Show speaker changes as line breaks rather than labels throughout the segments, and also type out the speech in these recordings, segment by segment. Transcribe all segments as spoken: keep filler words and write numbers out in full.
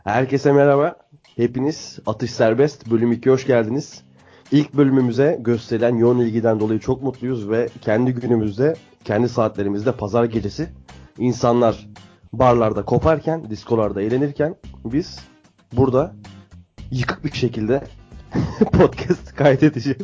Herkese merhaba. Hepiniz Atış Serbest bölüm ikiye hoş geldiniz. İlk bölümümüze gösterilen yoğun ilgiden dolayı çok mutluyuz ve kendi günümüzde, kendi saatlerimizde pazar gecesi insanlar barlarda koparken, diskolarda eğlenirken biz burada yıkık bir şekilde podcast kaydedeceğiz.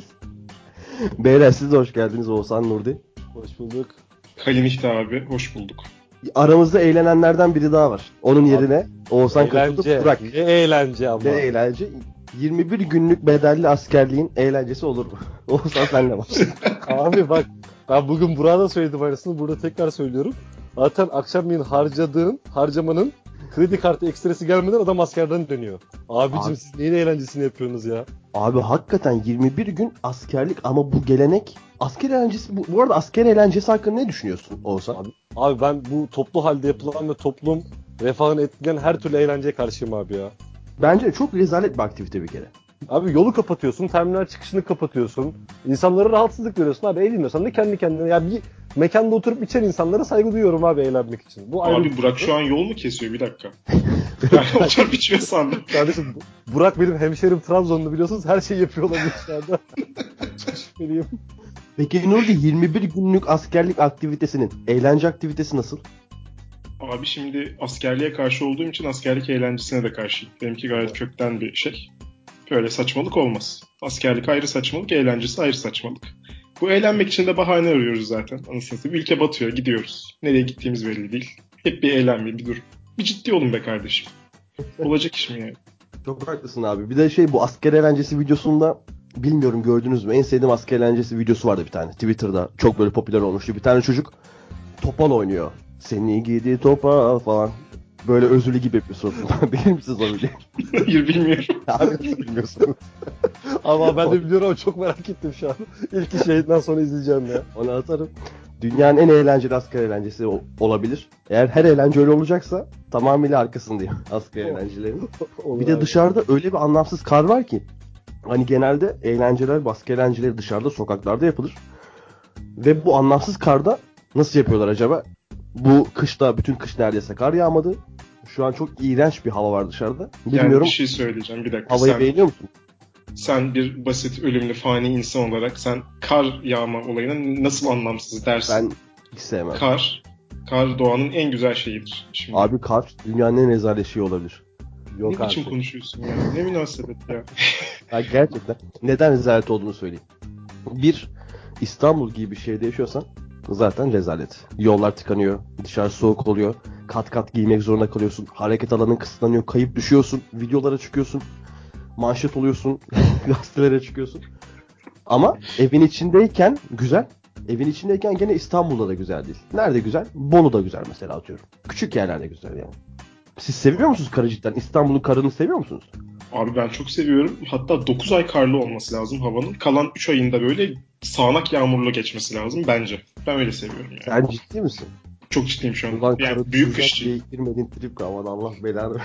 Beyler siz de hoş geldiniz Oğuzhan Nurdi.
Hoş bulduk.
Halim İhti abi, hoş bulduk.
Aramızda eğlenenlerden biri daha var. Onun
Abi,
yerine Oğuzhan katıldı.
Eğlence.
Burak.
Ne eğlence ama.
Ne eğlence? yirmi bir günlük bedelli askerliğin eğlencesi olur mu? Oğuzhan senle var.
Abi bak, ben bugün Burak'a da söyledim aynısını. Burada tekrar söylüyorum. Zaten akşamleyin harcadığın, harcamanın kredi kartı ekstresi gelmeden adam askerden dönüyor. Abicim
Abi.
siz neyin eğlencesini yapıyorsunuz ya?
Abi hakikaten yirmi bir gün askerlik ama bu gelenek asker eğlencesi bu, bu arada asker eğlencesi hakkında ne düşünüyorsun Oğuzhan?
Abi, abi ben bu toplu halde yapılan ve toplum refahını etkileyen her türlü eğlenceye karşıyım abi ya.
Bence çok rezalet bir aktivite bir kere.
Abi yolu kapatıyorsun, terminal çıkışını kapatıyorsun. İnsanlara rahatsızlık veriyorsun abi. Eğleniyorsan da kendi kendine. Ya bir mekanda oturup içen insanlara saygı duyuyorum abi eğlenmek için. Bu ayrı
Abi
bir
Burak
şey.
şu an yol mu kesiyor? Bir dakika. Ben oturup içme sandım.
Kardeşim Burak benim hemşerim Trabzonlu biliyorsunuz. Her şeyi yapıyor olabilir şu anda. Çok şüpheliyim.
Peki Nurdi yirmi bir günlük askerlik aktivitesinin eğlence aktivitesi nasıl?
Abi şimdi askerliğe karşı olduğum için askerlik eğlencesine de karşıyım. Benimki gayet kökten bir şey. Böyle saçmalık olmaz. Askerlik ayrı saçmalık, eğlencesi ayrı saçmalık. Bu eğlenmek için de bahane arıyoruz zaten. Anasını satayım. Ülke batıyor, gidiyoruz. Nereye gittiğimiz belli değil. Hep bir eğlenme, bir dur. Bir ciddi olun be kardeşim. Olacak iş mi yani?
Çok haklısın abi. Bir de şey bu asker eğlencesi videosunda bilmiyorum gördünüz mü? En sevdiğim asker eğlencesi videosu vardı bir tane. Twitter'da çok böyle popüler olmuştu. Bir tane çocuk topal oynuyor. Seni gidi topal falan. Böyle özürlü gibi bir suratı. Bilir misiniz o videoyu?
Hayır bilmiyorum.
Abi nasıl bilmiyorsunuz?
Ama ben de biliyorum ama çok merak ettim şu an. İlk iş yayından sonra izleyeceğim ya.
Onu atarım. Dünyanın en eğlenceli asker eğlencesi o- olabilir. Eğer her eğlence öyle olacaksa tamamıyla arkasındayım asker eğlencelerinin.
Olur
Bir de
abi.
dışarıda öyle bir anlamsız kar var ki. Hani genelde eğlenceler, asker eğlenceleri dışarıda, sokaklarda yapılır. Ve bu anlamsız karda nasıl yapıyorlar acaba? Bu kışta, bütün kış neredeyse kar yağmadı. Şu an çok iğrenç bir hava var dışarıda.
Yani
Bilmiyorum.
bir şey söyleyeceğim. Bir dakika.
Havayı
Sen
beğeniyor musun?
sen bir basit ölümlü fani insan olarak sen kar yağma olayına nasıl anlamsız dersin?
Ben hiç sevmem.
Kar, kar doğanın en güzel şeyidir. Şimdi
Abi kar dünyanın en rezalet şeyi olabilir.
Yok
ne biçim
artık.
konuşuyorsun ya? Ne münasebet ya?
Ya gerçekten. Neden rezalet olduğunu söyleyeyim. Bir, İstanbul gibi bir şehirde yaşıyorsan zaten rezalet. Yollar tıkanıyor, dışarı soğuk oluyor, kat kat giymek zorunda kalıyorsun, hareket alanın kısıtlanıyor, kayıp düşüyorsun, videolara çıkıyorsun, manşet oluyorsun, gazetelere çıkıyorsun. Ama evin içindeyken güzel. Evin içindeyken gene İstanbul'da da güzel değil. Nerede güzel? Bolu'da güzel mesela atıyorum. Küçük yerlerde güzel yani. Siz seviyor musunuz karı cidden? İstanbul'un karını seviyor musunuz?
Abi ben çok seviyorum. Hatta dokuz ay karlı olması lazım havanın. Kalan üç ayında böyle sağanak yağmurlu geçmesi lazım bence. Ben öyle seviyorum yani.
Sen ciddi misin?
Çok ciddiyim şu an.
Ulan
Yani
karı
büyük
sıcak
kışçı.
diye girmedin trip kalmadı Allah belanı.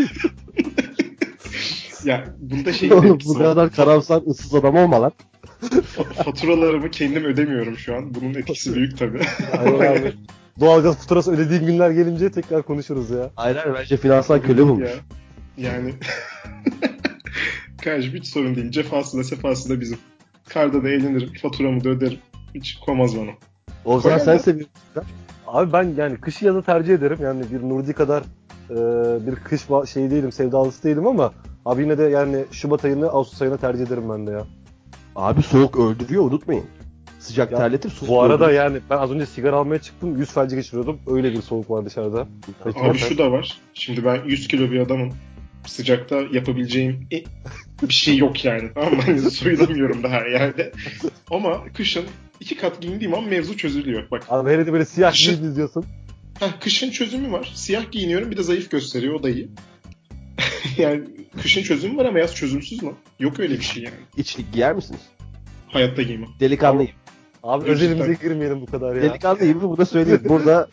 Ya bunda şeyin de
Oğlum
etkisi
bu
var.
kadar karamsar ıssız adam olma lan.
Fa- Faturalarımı kendim ödemiyorum şu an. Bunun etkisi büyük tabii.
Aynen abi. Doğalgaz faturası ödediğin günler gelince tekrar konuşuruz ya.
Hayır hayır bence finansal köle
Ya.
bulmuş.
Yani kardeşim hiç sorun değil. Cefası da sefası da bizim. Karda da eğlenirim. Faturamı da öderim. Hiç komaz bana.
O zaman
Koyar
sen
mı?
seviyorsun.
Abi ben yani kışı yazı tercih ederim. Yani bir Nurdi kadar e, bir kış va- şey değilim, sevdalısı değilim ama abi yine de yani Şubat ayını Ağustos ayına tercih ederim ben de ya.
Abi soğuk öldürüyor unutmayın. Sıcak
Ya,
terletir soğuk
Bu arada
öldürür.
yani ben az önce sigara almaya çıktım. Yüz felci geçiriyordum. Öyle bir soğuk var dışarıda.
Abi şu da var. Şimdi ben yüz kilo bir adamım. Sıcakta yapabileceğim e- bir şey yok yani. Tamam mı? Hani soyulamıyorum daha yani. Ama kışın iki kat giyindiğim an mevzu çözülüyor. Bak.
Abi hele de böyle siyah
Kışın-
giyin izliyorsun.
Heh, kışın çözümü var. Siyah giyiniyorum bir de zayıf gösteriyor. O da iyi. Yani kışın çözümü var ama yaz çözümsüz mü? Yok öyle bir şey yani.
İçlik giyer misiniz?
Hayatta giymem.
Delikanlıyım.
Abi
Gerçekten.
özelimize girmeyelim bu kadar ya.
Delikanlıyım bunu da söyleyeyim. Burada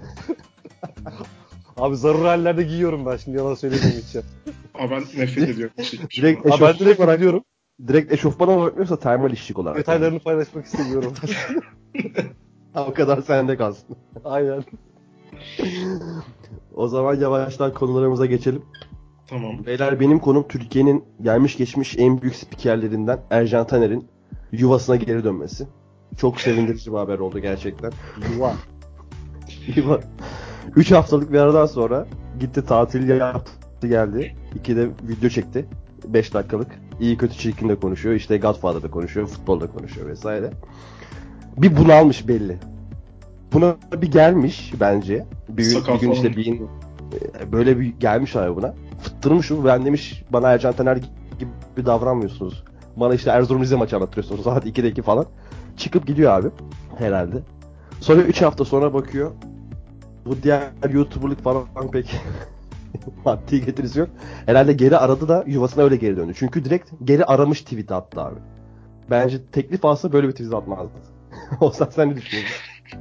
Abi zarur hallerde giyiyorum ben şimdi yalan söylemeyeyim hiç ya.
Ama ben nefret ediyorum. Bir şey, bir şey
direkt
olmaz.
Abi ben
eşofman
direkt
olarak
biliyorum.
direkt eşofman olarak yoksa termal işçilik olarak.
Detaylarını paylaşmak istemiyorum.
Ha, o kadar sende kalsın.
Aynen.
O zaman yavaştan konularımıza geçelim.
Tamam.
Beyler benim konum Türkiye'nin gelmiş geçmiş en büyük spikerlerinden Ercan Taner'in yuvasına geri dönmesi. Çok sevindirici bir haber oldu gerçekten.
Yuva.
Yuva. üç haftalık bir aradan sonra gitti tatil yaptı geldi. İki de video çekti. beş dakikalık. İyi kötü çirkin de konuşuyor. İşte Godfather'da konuşuyor. Futbolda konuşuyor vesaire. Bir bunalmış belli. Buna bir gelmiş bence. Bir,
Sakal
bir gün işte
falan.
bir böyle bir gelmiş abi buna. Fıttırmış bu. Ben demiş bana Ercan Taner gibi davranmıyorsunuz. Bana işte Erzurum Rize maçı anlatıyorsunuz. Saat ikide iki falan. Çıkıp gidiyor abi. Herhalde. Sonra üç hafta sonra bakıyor. Bu diğer YouTuber'lık falan pek maddi getirisi yok. Herhalde geri aradı da yuvasına öyle geri döndü. Çünkü direkt geri aramış tweet attı abi. Bence teklif alsa böyle bir tweet atmazdı. Olsan sen ne düşünüyorsun?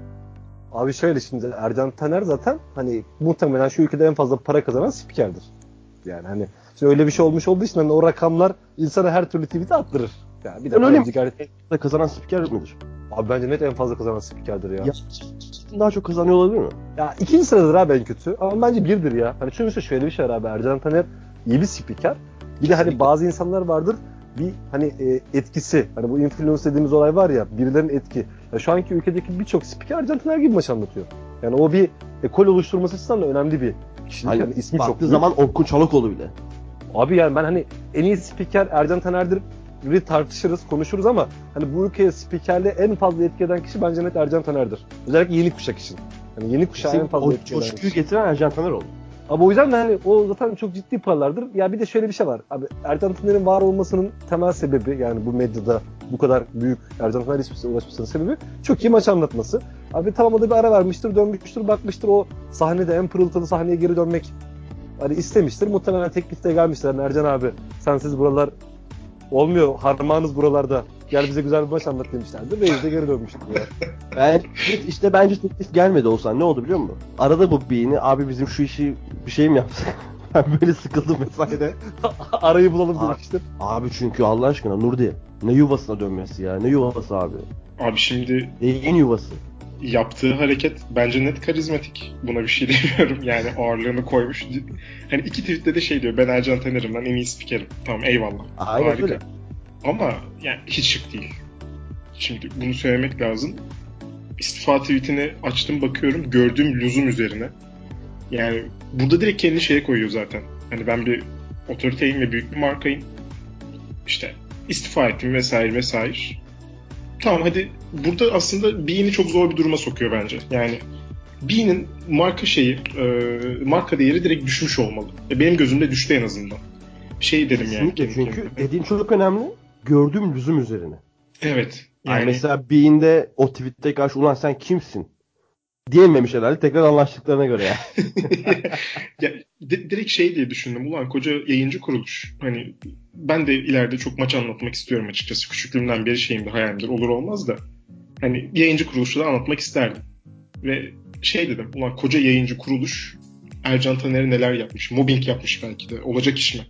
Abi şöyle, şimdi Ercan Taner zaten hani muhtemelen şu ülkede en fazla para kazanan spikerdir. Yani hani şimdi öyle bir şey olmuş olduğu için hani o rakamlar insana her türlü tweet'i attırır. Yani bir de
öyle mi?
gayret...
Kazanan spiker midir?
Abi bence net en fazla kazanan spikerdir ya.
Ya daha çok kazanıyor olabilir mi?
Ya ikinci sıradır abi en kötü ama bence birdir ya. Hani çünkü şöyle bir şey var abi, Ercan Taner iyi bir spiker. Bir de hani bazı insanlar vardır bir hani e, etkisi. Hani bu influence dediğimiz olay var ya, birilerinin etki. Ya şu anki ülkedeki birçok spiker Ercan Taner gibi maç anlatıyor. Yani o bir ekol oluşturması açısından da önemli bir kişilik.
Hani
yani ismi çok
baktığı
büyük.
zaman Orkun Çolakoğlu bile.
Abi yani ben hani en iyi spiker Ercan Taner'dir tartışırız, konuşuruz ama hani bu ülkeye spikerliğe en fazla etki eden kişi bence net Ercan Taner'dir. Özellikle yeni kuşak için. Hani yeni kuşağa en fazla
o
etki eden
coşkuyu
kişi.
getiren Ercan Taner oldu.
Abi o yüzden de hani o zaten çok ciddi paralardır. Ya bir de şöyle bir şey var. Abi Ercan Taner'in var olmasının temel sebebi, yani bu medyada bu kadar büyük Ercan Taner ismiyle ulaşmasının sebebi çok iyi maç anlatması. Abi tamam, o da bir ara vermiştir, dönmüştür, bakmıştır o sahnede en pırıltılı sahneye geri dönmek hani istemiştir. Muhtemelen teklifte gelmişler. Yani Ercan abi sensiz buralar olmuyor, harmanız buralarda. Gel bize güzel bir maç anlat demişlerdi. Reis de geri dönmüştü ya.
Ben işte bence teklif gelmedi olsan ne oldu biliyor musun? Arada bu beyni abi bizim şu işi bir şey mi yapsak? Ben böyle sıkıldım vesaire.
Arayı bulalım
Abi,
demiştim.
abi çünkü Allah aşkına Nurdi ne yuvasına dönmesi ya, ne yuvası abi.
Abi şimdi
Neyin yuvası?
yaptığı hareket bence net karizmatik. Buna bir şey demiyorum. Yani ağırlığını koymuş. Hani iki tweette de şey diyor. Ben Ercan Taner'im lan, en iyi spikerim. Tamam, eyvallah.
Aynen
Harika.
öyle.
Ama yani hiç şık değil. Şimdi bunu söylemek lazım. İstifa tweetini açtım, bakıyorum. Gördüğüm lüzum üzerine. Yani burada direkt kendini şeye koyuyor zaten. Hani ben bir otoriteyim ve büyük bir markayım. İşte istifa ettim vesaire vesaire. Tamam, hadi burada aslında Bean'i çok zor bir duruma sokuyor bence. Yani Bean'in marka şeyi, e, marka değeri direkt düşmüş olmalı. E, benim gözümde düştü en azından. Şey dedim yani.
Kesinlikle,
kendi
çünkü
kendime.
dediğin çok önemli. Gördüğüm lüzum üzerine.
Evet.
Yani
Yani
mesela Bean'de o tweette karşı ulan sen kimsin? Diyememiş herhalde, tekrar anlaştıklarına göre ya.
ya, di- direkt şey diye düşündüm. Ulan koca yayıncı kuruluş. Hani ben de ileride çok maç anlatmak istiyorum açıkçası. Küçüklüğümden beri şeyimdir, hayalimdir. Olur olmaz da. Hani yayıncı kuruluşu da anlatmak isterdim. Ve şey dedim. Ulan koca yayıncı kuruluş Ercan Taner'e neler yapmış. Mobbing yapmış belki de. Olacak iş mi?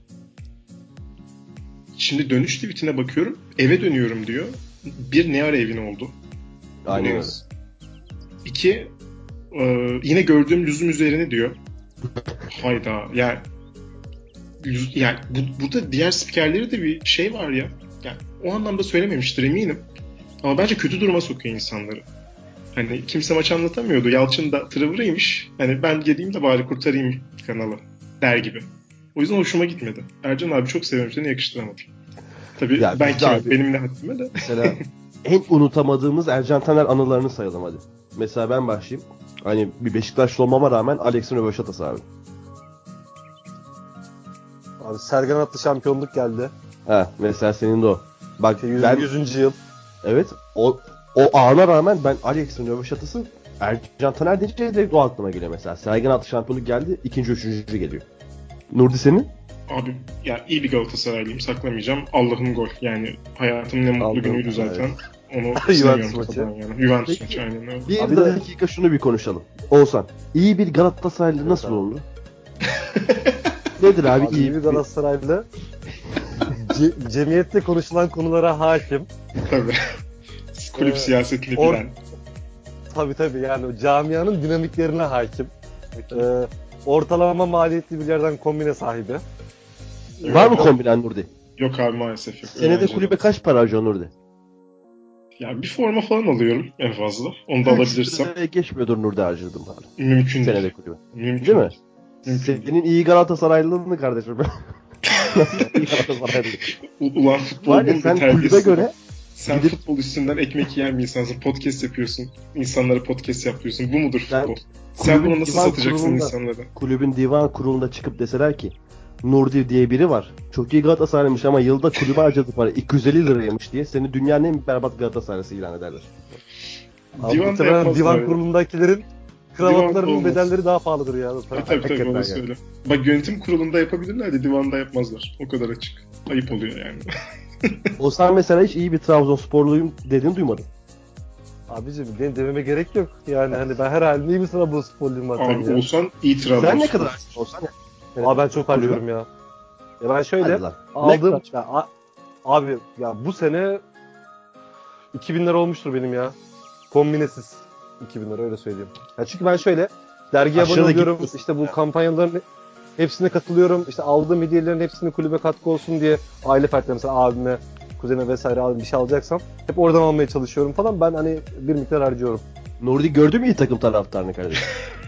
Şimdi dönüş tweetine bakıyorum. Eve dönüyorum diyor. Bir, ne ara evin oldu?
Aynen öyle.
İki, e, yine gördüğüm lüzum üzerine diyor. Hayda. Yani yani bu, burada diğer spikerleri de bir şey var ya. Yani o anlamda söylememiştir eminim. Ama bence kötü duruma sokuyor insanları. Hani kimse maç anlatamıyordu. Yalçın da tırıvırıymış. Hani ben geleyim de bari kurtarayım kanalı der gibi. O yüzden hoşuma gitmedi. Ercan abi çok seviyorum seni, yakıştıramadım. Tabii
Ya
ben
biz de
kimim?
abi-
Benim ne haddime de.
Mesela en unutamadığımız Ercan Taner anılarını sayalım hadi. Mesela ben başlayayım. Hani bir Beşiktaşlı olmama rağmen Alex'in röveşatası abi.
Abi Sergen Atlı şampiyonluk geldi.
Ha, mesela senin de o. Bak
yüz,
ben
yüzüncü yıl.
evet o o ana rağmen ben Alex'in röveşatası Ercan Taner deyince direkt o aklıma geliyor mesela. Sergen Atlı şampiyonluk geldi, ikinci üçüncü geliyor. Nurdi senin?
Abi ya iyi bir Galatasaraylıyım, saklamayacağım. Allah'ım gol. Yani hayatımın en mutlu
Allah'ım,
günüydü zaten.
evet.
Onu
Juventus
silemiyorum
maçı.
kafadan yani. Juventus
Peki,
maçı aynen öyle.
Bir
Abi de-
dakika şunu bir konuşalım. Oğuzhan, iyi bir Galatasaraylı
Evet
nasıl
abi.
olunur? Nedir abi,
Abi
iyi
iyi bir Galatasaraylı ce- cemiyette konuşulan konulara hakim.
Tabii. Kulüp
Ee,
siyasetini
or-
bilen.
Tabii tabii, yani o camianın dinamiklerine hakim. Ee, ortalama maliyetli bir yerden kombine sahibi.
Var mı kombinen Nurdi?
Yok abi maalesef yok.
Senede
Öğrenci
kulübe
adam.
kaç para harcıyor Nurdi?
Ya bir forma falan alıyorum en fazla. Onu da alabilirsem.
Üç liraya geçmiyordur Nurdi harcadım abi.
Mümkün
Senede
değil.
kulübe.
Mümkün
Değil mi?
Mümkün değil.
Senin iyi Galatasaraylılığın mı kardeşim? Nasıl iyi Galatasaraylılık?
U- Ulan futbol
Var ya
bunun
sen
bir
kulübe
terbiyesi.
göre
Sen
gidip-
futbol üstünden ekmek yiyen bir insansın. Podcast yapıyorsun. İnsanlara podcast yapıyorsun. Bu mudur
Ben
futbol? Sen
kulübün
bunu nasıl
divan
satacaksın
kurulunda-
insanlara?
kulübün divan kurulunda çıkıp deseler ki Nurdi diye biri var. Çok iyi Galatasaraylıymış ama yılda kulübe harcadığı para iki yüz elli liraymış diye seni dünyanın en berbat Galatasaraylısı ilan ederler.
Abi
Divan da
muhtemelen
yapmazlar
divan
öyle.
kurulundakilerin
Divan
kravatlarının
olmaz.
bedelleri daha pahalıdır ya.
Tabii tabii, tabii
Hakikaten
orası
yani.
öyle. Bak yönetim kurulunda yapabilirler de divanda yapmazlar. O kadar açık. Ayıp oluyor yani.
Oğuzhan mesela hiç iyi bir Trabzonsporluyum dediğini duymadım.
Abicim benim dememe gerek yok. Yani hani ben her halinde iyi bir Trabzonsporluyum zaten
Abi
ya.
olsan itiraz
Sen ne
olsun.
kadar harcıyorsun Oğuzhan? ya?
Abi ben çok harcıyorum ya. Ya ben şöyle
Hadi lan. Ne
aldığım...
kadar?
Ya, a- abi ya bu sene iki bin lira olmuştur benim ya. Kombinesiz iki bin lira öyle söyleyeyim. Ya çünkü ben şöyle dergiye abone
Aşırı da
oluyorum.
gitmiyorsun
İşte bu
yani.
kampanyaların hepsine katılıyorum. İşte aldığım hediyelerin hepsini kulübe katkı olsun diye aile fertlerine mesela abime, kuzene vesaire abi bir şey alacaksam hep oradan almaya çalışıyorum falan. Ben hani bir miktar harcıyorum.
Nurdi gördü mü iyi takım taraftarını kardeşim?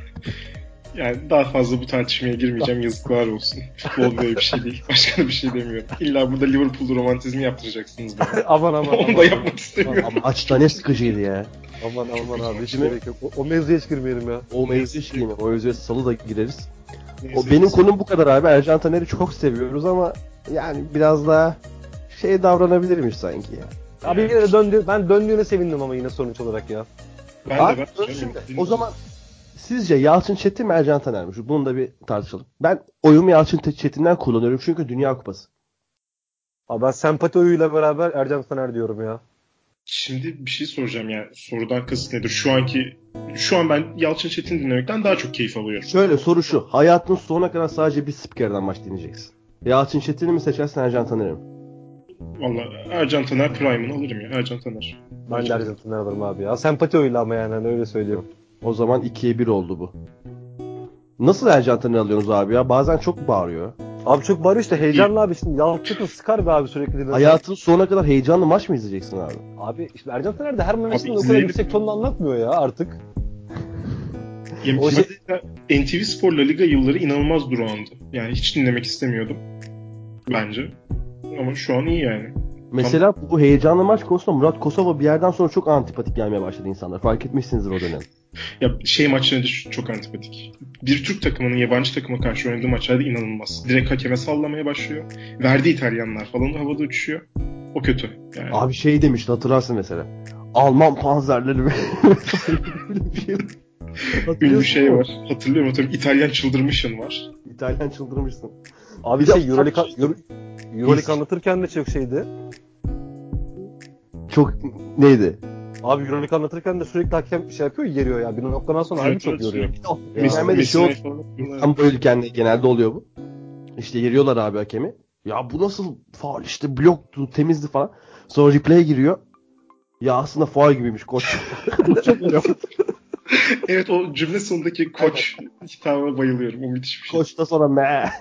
Yani daha fazla bu tartışmaya girmeyeceğim. Yazıklar olsun. Futbol böyle bir şey değil. Başka bir şey demiyorum. İlla burada Liverpool romantizmi yaptıracaksınız bana.
aman aman
Onu
aman.
da yapmak istemiyorum.
Ama maçta ne sıkıcıydı ya.
Aman aman abi hiç
Değil mi?
gerek yok. O, o mevzuya hiç girmeyelim ya.
O mevzu hiç girmiyor. O mevzuya salı da gireriz.
Neyse,
O benim
neyse.
konum bu kadar abi. Ercan Taner'i çok seviyoruz ama yani biraz daha şey davranabilirmiş sanki ya.
Abi yine de döndü, ben döndüğüne sevindim ama yine sonuç olarak ya.
Ben
Abi,
de ben.
dönsün de. O zaman sizce Yalçın Çetin mi Ercan Taner mi? Şu- Bunu da bir tartışalım. Ben oyumu Yalçın Çetin'den kullanıyorum çünkü Dünya Kupası.
Abi ben sempati oyuyla beraber Ercan Taner diyorum ya.
Şimdi bir şey soracağım yani. Sorudan kasıt nedir? Şu anki şu an ben Yalçın Çetin dinlemekten daha çok keyif alıyorum.
Şöyle soru şu. Hayatın sonuna kadar sadece bir spikerden maç dinleyeceksin. Yalçın Çetin'i mi seçersin Ercan Taner'i mi?
Valla Ercan Taner Prime'ını alırım ya. Ercan Taner.
Ben de Ercan Taner alırım abi ya. Sempati oyuyla ama yani hani öyle söyleyeyim.
O zaman ikiye bir oldu bu. Nasıl Ercan Taner'i alıyorsunuz abi ya? Bazen çok bağırıyor.
Abi çok bağırıyor işte heyecanlı abi şimdi Yalçın'ı sıkar be abi sürekli dinlersen.
Hayatın sonuna kadar heyecanlı maç mı izleyeceksin abi?
Abi işte Ercan Taner de her maçında o kadar
izleyelim.
yüksek tonla anlatmıyor ya artık.
Yani
O şey-
N T V Spor La Liga yılları inanılmaz durağandı. Yani hiç dinlemek istemiyordum. Bence. Ama şu an iyi yani.
Mesela bu heyecanlı maç konusunda Murat Kosova bir yerden sonra çok antipatik gelmeye başladı insanlar. Fark etmişsinizdir o dönem.
Ya şey maçları da çok antipatik. Bir Türk takımının yabancı takıma karşı oynadığı maçlarda inanılmaz. Direkt hakeme sallamaya başlıyor. Verdi İtalyanlar falan havada uçuşuyor. O kötü. Yani.
Abi şey demişti hatırlarsın mesela. Alman panzerleri böyle bir şey.
Ünlü şey var. Hatırlıyorum hatırlıyorum. İtalyan çıldırmışın var.
İtalyan çıldırmışsın.
Abi
Bir
şey
de-
Euroleague, Euro, Euroleague anlatırken de çok şeydi.
Çok neydi?
Abi Euroleague anlatırken de sürekli hakem şey yapıyor geriyor ya. Bir noktadan sonra harbi
Evet,
çok
evet,
yoruyor.
sürekli.
Ya,
Mes-
Hemen de şey
Messi
oldu.
falan.
Tam böyle kendi genelde oluyor bu. İşte yeriyorlar abi hakemi. Ya bu nasıl faul işte bloktu temizdi falan. Sonra replay'e giriyor. Ya aslında faul gibiymiş koç. Çok böyle.
Evet o cümle sonundaki koç hitabına bayılıyorum. O müthiş bir şey.
Koç da sonra me.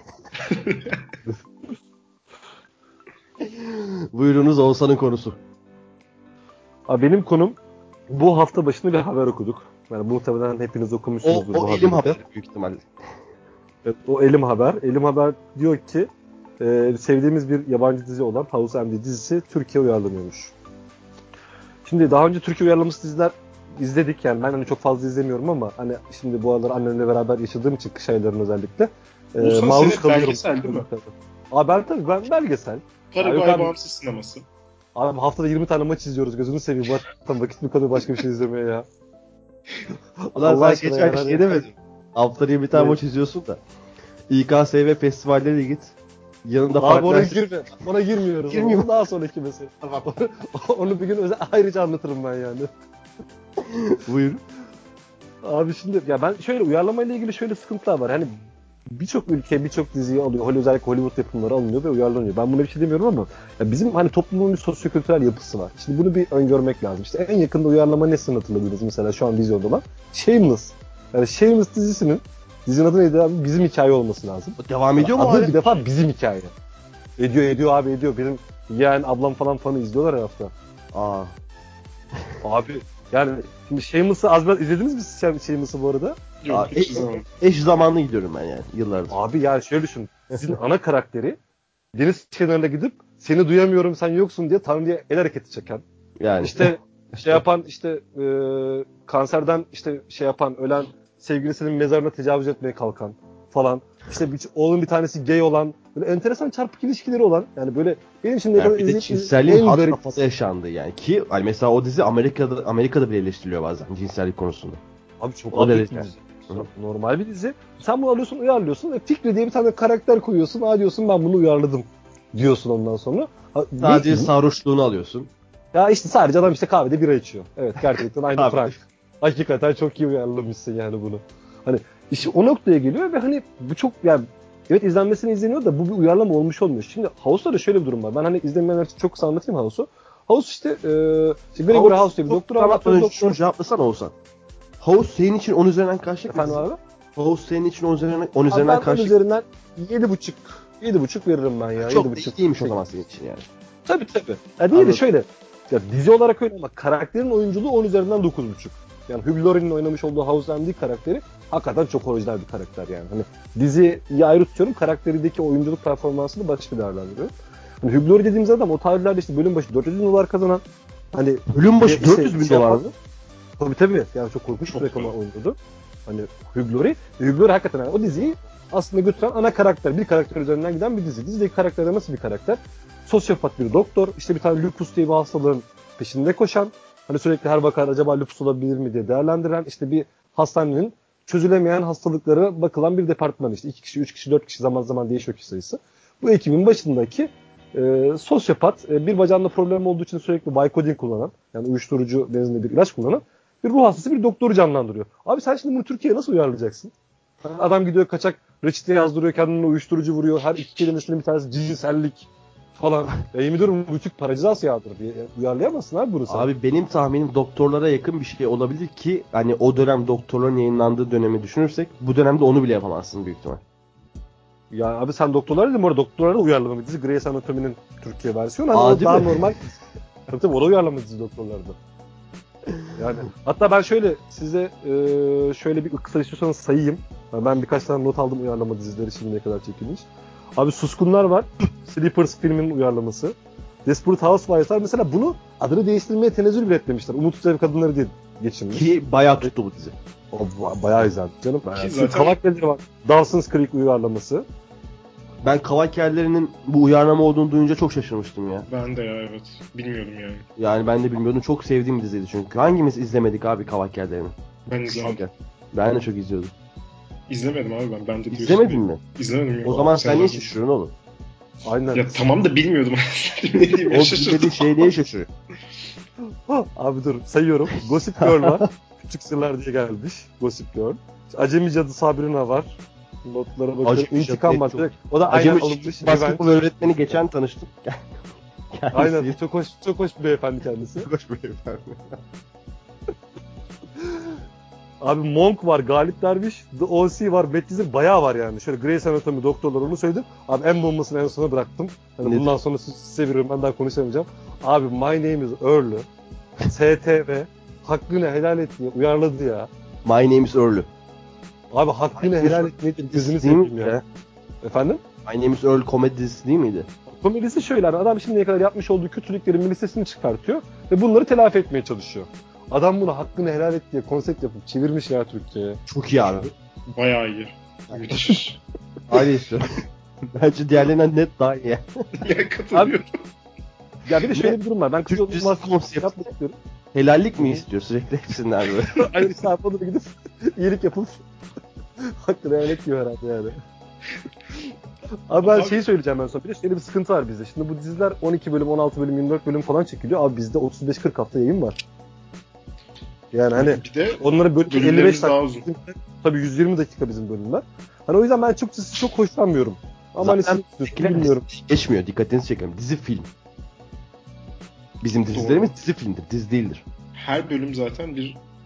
Buyurunuz Oğuzhan'ın konusu.
Abi benim konum bu hafta başında bir haber okuduk. Yani muhtemelen hepiniz
O,
okumuşsunuzdur bu
o elim
haberi de.
haberi büyük ihtimalle.
Evet, o Elim Haber. Elim Haber diyor ki e, sevdiğimiz bir yabancı dizi olan House M D dizisi Türkiye uyarlanıyormuş. Şimdi daha önce Türkiye uyarlaması diziler izledik yani ben hani çok fazla izlemiyorum ama hani şimdi bu aralar annemle beraber yaşadığım için kış aylarının özellikle e,
Oğuzhan
maruz
senin
kalıyorum.
belgesel değil mi?
Abi ben tabii ben belgesel.
Paraguay
Abi, abi-
bağımsız sineması.
Abi haftada yirmi tane maç izliyoruz gözünü seveyim. Bu tam vakit mi kalıyor başka bir şey izlemeye ya.
Ulan
Allah
sen
aşkına
geçen
yani.
şey demedin. Haftada bir tane
Ne?
maç izliyorsun da. İ K S V festivallere git. Yanında
Abi
farklı
ona
arkadaş-
girme. Ona girmiyoruz.
Girmiyor.
Onu daha sonraki mesele. Onu bir gün özel ayrıca anlatırım ben yani.
Buyur.
Abi şimdi ya ben şöyle uyarlama ile ilgili şöyle sıkıntılar var. Hani birçok ülke birçok diziyi alıyor. Hollywood, özellikle Hollywood yapımları alınıyor ve uyarlanıyor. Ben buna bir şey demiyorum ama ya bizim hani toplumun bir sosyokültürel yapısı var. Şimdi bunu bir öngörmek lazım. İşte en yakında uyarlama ne hatırladınız mesela şu an vizyonda olan? Shameless. Yani Shameless dizisinin Dizinin adı neydi abi? Bizim Hikaye olması lazım.
Devam ediyor mu
Adı
hala?
bir defa Bizim Hikaye. Ediyor ediyor abi ediyor. Benim yeğen ablam falan fanı izliyorlar her hafta.
Aa.
Abi yani şimdi Shameless'ı az biraz izlediniz mi siz Shameless'ı bu arada?
Yok
Aa,
hiç
eş,
izlemedim.
eş zamanlı gidiyorum ben yani yıllardır.
Abi yani şöyle düşün. Sizin ana karakteri deniz kenarına gidip seni duyamıyorum sen yoksun diye Tanrı'ya el hareketi çeken.
Yani.
İşte şey yapan işte e, kanserden işte şey yapan ölen sevgilisinin mezarına tecavüz etmeye kalkan falan. İşte bir, oğlun bir tanesi gay olan böyle enteresan çarpık ilişkileri olan yani böyle benim için ne
Yani
kadar
bir de
izleyip
cinselliğin
en
had
garip.
safhada yaşandığı yani. Ki hani mesela o dizi Amerika'da Amerika'da bile eleştiriliyor bazen cinsellik konusunda.
Abi çok
O
absürt
derece.
bir dizi. Normal bir dizi. Sen bunu alıyorsun uyarlıyorsun ve Fikri diye bir tane karakter koyuyorsun. Aa diyorsun ben bunu uyarladım diyorsun ondan sonra. Ha,
Sadece
ne-
sarhoşluğunu alıyorsun.
Ya işte sadece adam işte kahvede bira içiyor. Evet gerçekten aynı
Abi.
Frank. Hakikaten çok iyi uyarlamışsın yani bunu. Hani işi o noktaya geliyor ve hani bu çok yani evet izlenmesini izleniyor da bu bir uyarlama olmuş olmuyor. Şimdi House'da da şöyle bir durum var. Ben hani izlemeyenler için çok kısa anlatayım House'u. House işte, e, işte Gregory House diye bir doktor anlatıyor.
Doktor.
Doktor.
Şunu cevaplasana Oğuzhan. House senin için on üzerinden kaç?
Efendim abi?
House senin için on üzerinden on
Abi
üzerinden
ben
kaç?
on üzerinden yedi buçuk yedi buçuk veririm ben ya.
Çok
yedi
da
buçuk.
iyi değilmiş o zaman senin için yani.
Tabii tabii. Ya değil de
Anladım.
şöyle. Ya dizi olarak öyle ama karakterin oyunculuğu on üzerinden dokuz buçuk. Yani Hugh Laurie'nin oynamış olduğu House M D karakteri hakikaten çok orijinal bir karakter yani. Hani diziyi ayrı tutuyorum. Karakterindeki oyunculuk performansını başka değerlendiriyorum. Hani Hugh Laurie dediğimiz adam o tarihlerde işte bölüm başı dört yüz bin dolar kazanan hani
Bölüm başı
bir
dört
şey-
yüz bin
şey
dolar
yapan-
mı?
Tabii tabii. Yani çok korkunç
Çok
bir rakama
güzel.
oynadı. Hani Hugh Laurie. Hugh Laurie hakikaten yani o diziyi aslında götüren ana karakter. Bir karakter üzerinden giden bir dizi. Dizideki karakter de nasıl bir karakter? Sosyopat bir doktor. İşte bir tane lupus diye bir hastalığın peşinde koşan. Hani sürekli her vakada acaba lupus olabilir mi diye değerlendiren. İşte bir hastanenin çözülemeyen hastalıklara bakılan bir departman işte. iki kişi, üç kişi, dört kişi zaman zaman değişiyor kişi sayısı. Bu ekibin başındaki e, sosyopat, e, bir bacağında problem olduğu için sürekli Vicodin kullanan, yani uyuşturucu benzinde bir ilaç kullanan bir ruh hastası bir doktoru canlandırıyor. Abi sen şimdi bunu Türkiye'ye nasıl uyarlayacaksın? Adam gidiyor kaçak reçete yazdırıyor, kendine uyuşturucu vuruyor. Her iki kelimesinin bir tanesi cinsellik falan. Ya yemin ediyorum bu Türk para cezası yağdırır. Uyarlayamazsın abi bunu sen.
Abi benim tahminim doktorlara yakın bir şey olabilir ki hani o dönem doktorların yayınlandığı dönemi düşünürsek bu dönemde onu bile yapamazsın büyük ihtimal.
Ya abi sen doktorlar dedim orada doktorlara da uyarlama dizi Grey's Anatomy'nin Türkiye versiyonu. Hani
Aa,
o
değil
daha
mi?
normal. Tabii tabii o da uyarlama dizi doktorlarda. Yani hatta ben şöyle size e, şöyle bir kısa istiyorsanız sayayım. Yani ben birkaç tane not aldım uyarlama dizileri şimdiye kadar çekilmiş. Abi Suskunlar var. Sleepers filminin uyarlaması. Desperate Housewives var. Mesela bunu adını değiştirmeye tenezzül bile etmemişler. Umutsuz Ev Kadınları diye geçilmiş.
Ki bayağı tuttu bu dizi.
O ba- bayağı izlendi canım. Bayağı.
Ki zaten-
Kavak Geceleri var. Dawson's Creek uyarlaması.
Ben Kavakerlerinin bu uyarlama olduğunu duyunca çok şaşırmıştım ya.
Ben de ya evet. Bilmiyordum yani.
Yani ben de bilmiyordum. Çok sevdiğim bir diziydi çünkü. Hangimiz izlemedik abi Kavakerlerini?
Ben izlemedim.
Ben de çok izliyordum.
İzlemedim abi ben. Ben de diyorsun
İzlemedin
diye.
mi?
İzlemedim.
O
yok.
zaman sen niye
lazım.
şaşırıyorsun oğlum?
Aynen.
Ya tamam da bilmiyordum. ne diyeyim
O
ya şaşırdım.
bilmediğin şeye niye şaşırıyor?
Abi dur sayıyorum. Gossip Girl var. Küçük Sırlar diye gelmiş. Gossip Girl. Acemi Cadı Sabrina var. Notlara bakıyorum.
Acemi
İntikam
Cadı
var.
çok-
O da aynen
Acemi
alınmış.
basketbol
Revenge.
öğretmeni geçen tanıştım.
Aynen. Çok hoş, çok hoş bir beyefendi kendisi.
Çok hoş bir beyefendi.
Abi Monk var. Galip Derviş. The O C var. Baptizm bayağı var yani. Şöyle Grey's Anatomy doktorlar onu söyledim. Abi en bombasını en sona bıraktım. Hani
Nedir?
bundan sonra siz- size veriyorum. Ben daha konuşamayacağım. Abi My Name is Earl. S T V. Hakkını helal et diye uyarladı ya.
My name is Earl.
Abi hakkını helal et diye gözünü
Değil mi
seveyim ya. Efendim?
My name is Earl komedi dizisi değil miydi?
Komedisi şöyle abi, adam şimdiye kadar yapmış olduğu kötülüklerin listesini çıkartıyor ve bunları telafi etmeye çalışıyor. Adam bunu hakkını helal et diye konsept yapıp çevirmiş ya Türkçe'ye.
Çok iyi abi.
Bayağı iyi. Müthiş.
Aynı istiyorum. Bence diğerlerinden net daha iyi.
ya katılıyorum.
Ya bir de şöyle bir durum var. Ben
Türk
kız
dizisi
olmak
konsepti.
yapmak istiyorum.
Helallik mi istiyor sürekli hepsinden böyle?
Aynı işte abi ona gidip iyilik yapıp hakkını helal et diyor herhalde yani. Abi ben
Abi-
şeyi söyleyeceğim ben sonra. Bir de şöyle bir sıkıntı var bizde. Şimdi bu diziler on iki bölüm, on altı bölüm, yirmi dört bölüm falan çekiliyor. Abi bizde otuz beş kırk hafta yayın var. Yani hani
Bir de
onları böyle elli beş
bölümlerimiz daha
dakika.
uzun.
Tabii yüz yirmi dakika bizim bölümler. Hani o yüzden ben açıkçası çok hoşlanmıyorum. Ama hani
Zaten
siz bilmiyorum.
bilmiyorum. Geçmiyor. Dikkatinizi çekelim. Dizi film. Bizim dizilerimiz dizi filmdir. Dizi değildir.
Her bölüm zaten bir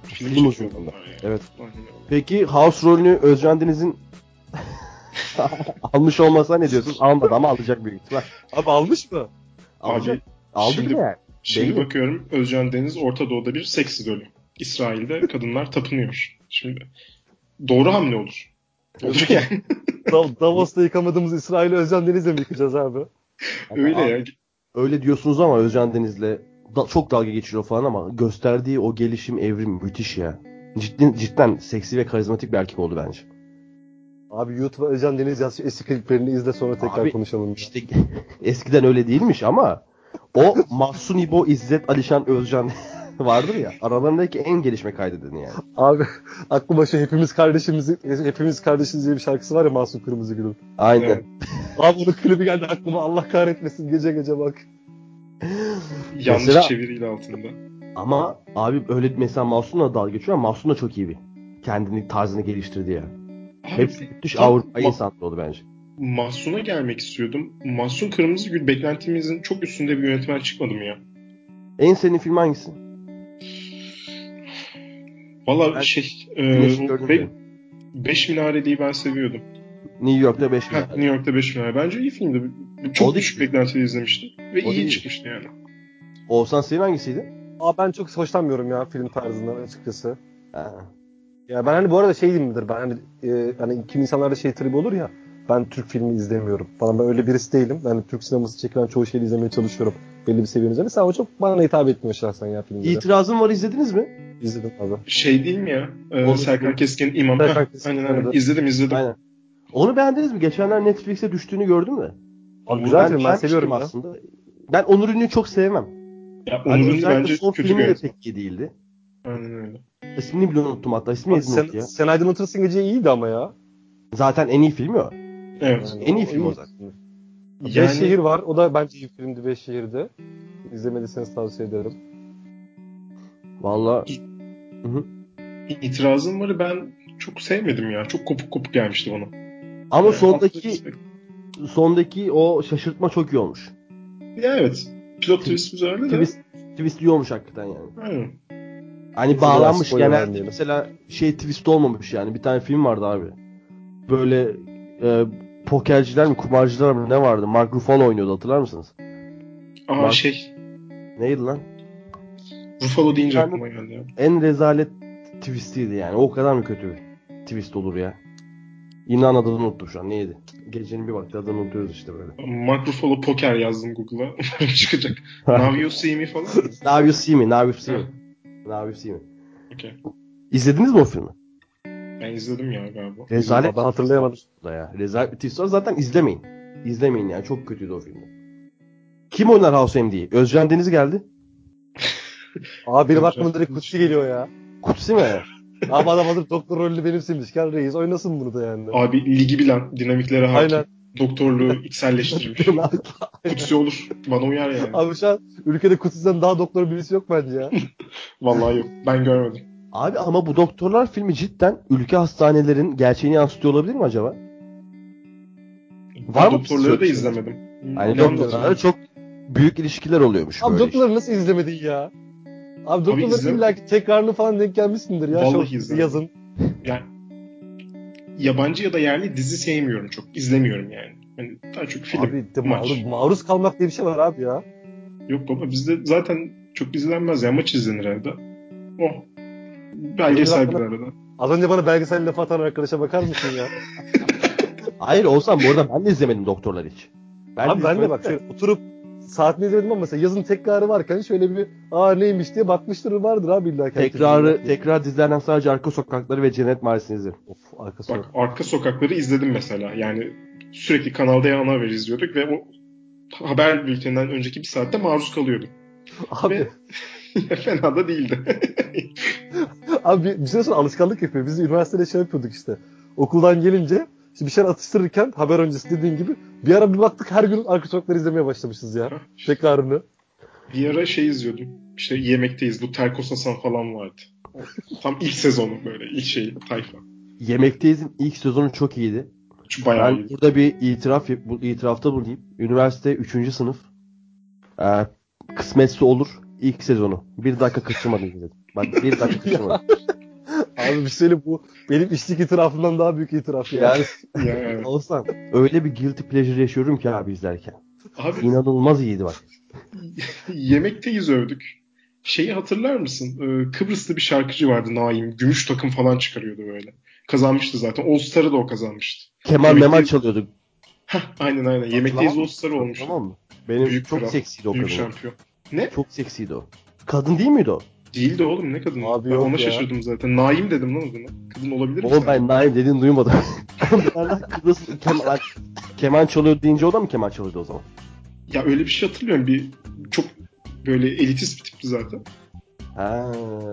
Film,
Film
çekiyor
uzunluğunda.
bunlar ya.
Evet.
Aynen öyle.
Peki House rolünü Özcan Deniz'in almış olmasa ne diyorsun? Almadı ama alacak büyük ihtimal.
Abi almış mı?
Alacak.
Abi
Aldı
şimdi,
bile yani.
şimdi
Belli.
bakıyorum Özcan Deniz Orta Doğu'da bir seks idolü. İsrail'de kadınlar tapınıyor. Şimdi doğru hamle olur. Olur yani.
Dav- Davos'ta yıkamadığımız İsrail'i Özcan Deniz'le mi yıkayacağız abi?
Öyle
Abi,
ya.
öyle diyorsunuz ama Özcan Deniz'le da, çok dalga geçiyor falan ama gösterdiği o gelişim, evrim müthiş ya. Cidden, cidden seksi ve karizmatik bir erkek oldu bence.
Abi YouTube'a Özcan Deniz yaz, şu eski kliplerini izle sonra tekrar
Abi,
konuşalım.
İşte eskiden öyle değilmiş ama o Mahsun İbo, İzzet Alişan Özcan vardır ya, aralarındaki en gelişme kaydedeni yani.
Abi aklıma şu hepimiz kardeşimiz hepimiz kardeşiz diye bir şarkısı var ya Mahsun Kırmızıgül'ün.
Aynen.
Evet.
Abi onun klibi geldi aklıma, Allah kahretmesin, gece gece bak.
Yanlış
Mesela-
çeviriyle altında.
Ama abi öyle mesela Mahsun'la dalga geçiyor ama Mahsun da çok iyi bir. Kendini, tarzını geliştirdi ya. Hepsi müthiş
tam
Avrupa
Ma-
insanı oldu bence.
Mahsun'a gelmek istiyordum. Mahsun Kırmızıgül beklentimizin çok üstünde bir yönetmen çıkmadı mı ya?
En sevdiğin film hangisi?
Valla
Ben
şey e,
Güneşi
o
gördüm
be-
diyorum.
Beş Minare'yi ben seviyordum.
New York'ta beş
Heh, New York'ta Beş Minare. Bence iyi filmdi. Çok
O da
düşük
iyi.
beklentiyle izlemiştim. Ve
O da
iyi
iyi.
çıkmıştı yani.
Oğuzhan senin hangisiydi?
Aa, ben çok hoşlanmıyorum ya film tarzından açıkçası.
Ha.
Ya ben hani bu arada şey diyeyim midir, ben hani, e, hani kim insanlarda şey tribi olur ya, ben Türk filmi izlemiyorum falan, ben öyle birisi değilim. Ben Türk sineması çekilen çoğu şeyi izlemeye çalışıyorum belli bir seviyenin üzerine. Sen o çok bana hitap etmiyor şahsen ya filmleri.
İtirazım var, izlediniz mi?
İzledim abi.
Şey değil mi ya? E,
Onu-
Serkan Keskin İmam.
Serkan
Heh,
Keskin
aynen aynen.
oynadı.
İzledim izledim.
Aynen. Onu beğendiniz mi? Geçenler Netflix'e düştüğünü gördüm de.
Abi
Onur-
güzel
Ben
film, ben
beğenmiştim
seviyorum ya.
aslında. Ben Onur Ünlü'yü çok sevmem.
Ya
Hani
Onur Ünlü
özellikle
bence
son
kötü bir
filmi de
yönetmen.
pek iyi değildi.
Aynen öyle.
İsmini bile unuttum hatta. İsmi
Abi
neydi
sen,
unuttu ya?
sen Aydınlatırsın Gece'yi iyiydi ama ya.
Zaten en iyi filmi o.
Evet.
Yani
En iyi
o
film o
iyi.
zaten.
Beş
Yani
Şehir var. O da bence iyi filmdi, Beş Şehir'de. İzlemediyseniz tavsiye ederim.
Valla. Hı hı.
itirazım var, ben çok sevmedim ya. Çok kopuk kopuk gelmişti bana.
Ama
Yani
sondaki
aslında-
sondaki o şaşırtma çok iyi olmuş.
Ya evet. Plot
Tw-
twist güzeldi de.
Twist, twist iyi olmuş hakikaten yani.
Aynen.
Hani
Neyse,
bağlanmış,
spoiler
genelde
vermeyelim.
mesela şey twist olmamış yani. Bir tane film vardı abi. Böyle e, pokerciler mi, kumarcılar mı ne vardı? Mark Ruffalo oynuyordu, hatırlar mısınız?
Aa
Mark-
şey.
Neydi lan?
Ruffalo deyince
Yani-
aklıma geldi ya.
En rezalet twistiydi yani. O kadar mı kötü bir twist olur ya? İnan adını unuttum şu an. Neydi? Gecenin bir vakti adını unutuyoruz işte böyle.
Mark Ruffalo poker yazdım Google'a. Çıkacak. Now You See Me falan mı?
Now You See Me, Now You See Me. Now You See Me.
Okay.
İzlediniz mi o filmi?
Ben izledim ya galiba.
Rezalet.
Ben hatırlayamadım.
Da ya. Rezalet bir twist var. Zaten izlemeyin. İzlemeyin yani. Çok kötüydü o film. Kim oynar House M D'yi? Özcan Deniz geldi.
Abi benim
Güzel.
aklıma direkt Kutsi geliyor ya.
Kutsi mi?
Abi adam hazır doktor rolünü benimsemiş. Gel reis oynasın bunu da yani.
Abi ligi bilen, dinamiklere hakim.
Aynen.
Doktorluğu içselleştirmiş. Kutsi olur. Bana uyar yani.
Abi şu an ülkede Kutsi'den daha doktor birisi yok bence ya.
Vallahi yok. Ben görmedim.
Abi ama bu Doktorlar filmi cidden ülke hastanelerin gerçeğini yansıtıyor olabilir mi acaba? Var mı
Doktorları da
şeyler?
izlemedim.
Hani
Ben de
doktorlarda
hatırlamıyorum.
çok büyük ilişkiler oluyormuş
Abi
böyle.
doktorları nasıl izlemedin ya? Abi doktorları
izlem-
illa ki tekrarını falan denk gelmişsindir ya.
Vallahi
Şu
izlemedim.
yazın.
Yani yabancı ya da yerli dizi sevmiyorum çok. İzlemiyorum yani. Hani daha çok film,
Abi de
maç.
maruz, maruz kalmak diye bir şey var abi ya.
Yok baba bizde zaten çok izlenmez ya. Maç izlenir evde. Oh. Belgesel bir
Benim
arada.
Az önce bana belgesel laf atan arkadaşa bakar mısın ya?
Hayır olsam bu arada ben de izlemedim Doktorlar hiç.
Abi ben de
izlemedim
bak şöyle oturup saatini izledim ama mesela yazın tekrarı varken şöyle bir aa neymiş diye bakmıştır vardır abi illa ki.
Tekrarı, tekrar dizilerden sadece Arka Sokakları ve Cennet Mahallesi'ni izledim.
Of arkası
Bak
yok.
Arka Sokakları izledim mesela. Yani sürekli Kanal D'ye ana haber izliyorduk ve o haber bülteninden önceki bir saatte maruz kalıyordum.
Abi,
Ve fena da değildi.
abi bir, bir süre sonra alışkanlık yapıyor. Biz de üniversitede şey yapıyorduk işte. Okuldan gelince işte bir şeyler atıştırırken haber öncesi dediğin gibi bir ara bir baktık her gün Arka Sokakları izlemeye başlamışız ya. Tekrarını.
Bir ara şey izliyordum. İşte Yemekteyiz. Bu Terkos Hasan falan vardı. O, tam ilk sezonu böyle. ilk şey tayfa.
Yemekteyiz'in ilk sezonu çok iyiydi.
Şu bayağı
Ben
iyi.
burada bir itiraf bu itirafta bulunayım. Üniversite üçüncü sınıf. Ee, kısmetse olur ilk sezonu. Bir dakika kaçırmadım izledim. Bak bir dakika düşünmedim.
Abi bir söyle, bu benim içlik itirafımdan daha büyük itiraf ya.
Yani
Ya.
Oğuzhan öyle bir guilty pleasure yaşıyorum ki abi izlerken.
Abi
İnanılmaz iyiydi bak.
yemekteyiz övdük. Şeyi hatırlar mısın? Ee, Kıbrıs'ta bir şarkıcı vardı, Naim. Gümüş takım falan çıkarıyordu böyle. Kazanmıştı zaten. All Star'ı da o kazanmıştı.
Kemal Memal
Yemekteyiz...
çalıyorduk.
Heh, aynen aynen. Yemekteyiz All Star olmuştu.
Tamam mı? Benim
Büyük
çok
kral.
seksiydi o
Büyük
kadın.
şampiyon. Ne?
Çok seksiydi o. Kadın değil miydi o?
Değildi oğlum, ne kadın?
Abi
Ben
yok
ona
ya.
şaşırdım zaten. Naim dedim lan adına. Kadın olabilir mi
Oğlum
sence?
ben Naim dediğini duymadım. Oğlum nereden Kıbrıs keman, keman çalıyor deyince o da mı keman çalıyordu o zaman?
Ya öyle bir şey hatırlıyorum. Bir çok böyle elitist bir tipti zaten.
Ha.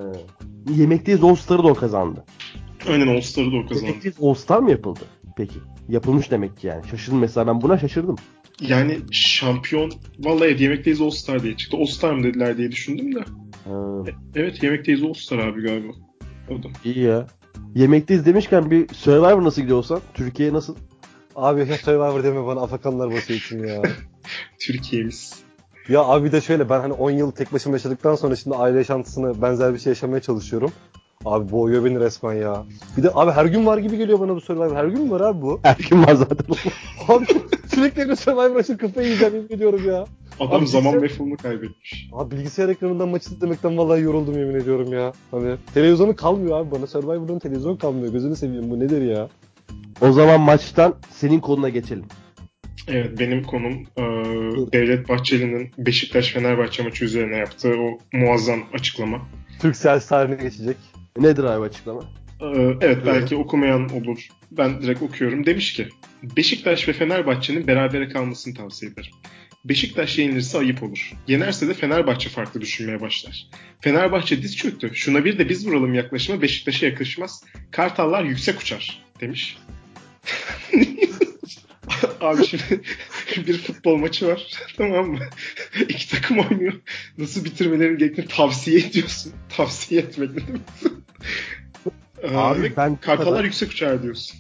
Yemekteyiz All Star'ı da o kazandı.
Aynen, All Star'ı da o kazandı.
Yemekteyiz All Star mı yapıldı? Peki. Yapılmış demek ki yani. Şaşırdım mesela, ben buna şaşırdım.
Yani şampiyon, vallahi evet, Yemekteyiz All Star diye çıktı. All Star mı dediler diye düşündüm de.
Ha,
Evet, Yemekteyiz All Star abi galiba. O da.
iyi ya. Yemekteyiz demişken bir Survivor nasıl gidiyor olsan? Türkiye nasıl?
Abi ya Survivor deme bana, Afakanlar basıyor için ya.
Türkiye'miz.
Ya abi bir de şöyle, ben hani on yıl tek başıma yaşadıktan sonra şimdi aile yaşantısını benzer bir şey yaşamaya çalışıyorum. Abi boğuyor beni resmen ya. Bir de abi her gün var gibi geliyor bana bu Survivor. Her gün mü var abi bu?
Her gün var zaten.
Abi sürekli bir Survivor açıp kafayı yiyeceğim, yemin ediyorum ya.
Adam
Abi
zaman
bilgisayar-
mefhumunu kaybetmiş.
Abi bilgisayar ekranından maç izlemekten vallahi yoruldum, yemin ediyorum ya. Hani televizyonu kalmıyor abi bana. Survivor'ın televizyon kalmıyor. Gözünü seveyim, bu nedir ya?
O zaman maçtan senin konuna geçelim.
Evet, benim konum e, Devlet Bahçeli'nin Beşiktaş-Fenerbahçe maçı üzerine yaptığı o muazzam açıklama.
Türk siyasi tarihine geçecek.
Nedir abi açıklama?
E, evet, belki okumayan olur. Ben direkt okuyorum. Demiş ki, Beşiktaş ve Fenerbahçe'nin berabere kalmasını tavsiye ederim. Beşiktaş yenilirse ayıp olur. Yenerse de Fenerbahçe farklı düşünmeye başlar. Fenerbahçe diz çöktü. Şuna bir de biz vuralım yaklaşımı Beşiktaş'a yakışmaz. Kartallar yüksek uçar demiş. Abi şimdi bir futbol maçı var, tamam mı? İki takım oynuyor. Nasıl bitirmelerini gerektiğini tavsiye ediyorsun. Tavsiye etmek ne demek?
Abi
Ee,
ben
Kartallar
kadar...
yüksek uçar diyorsun.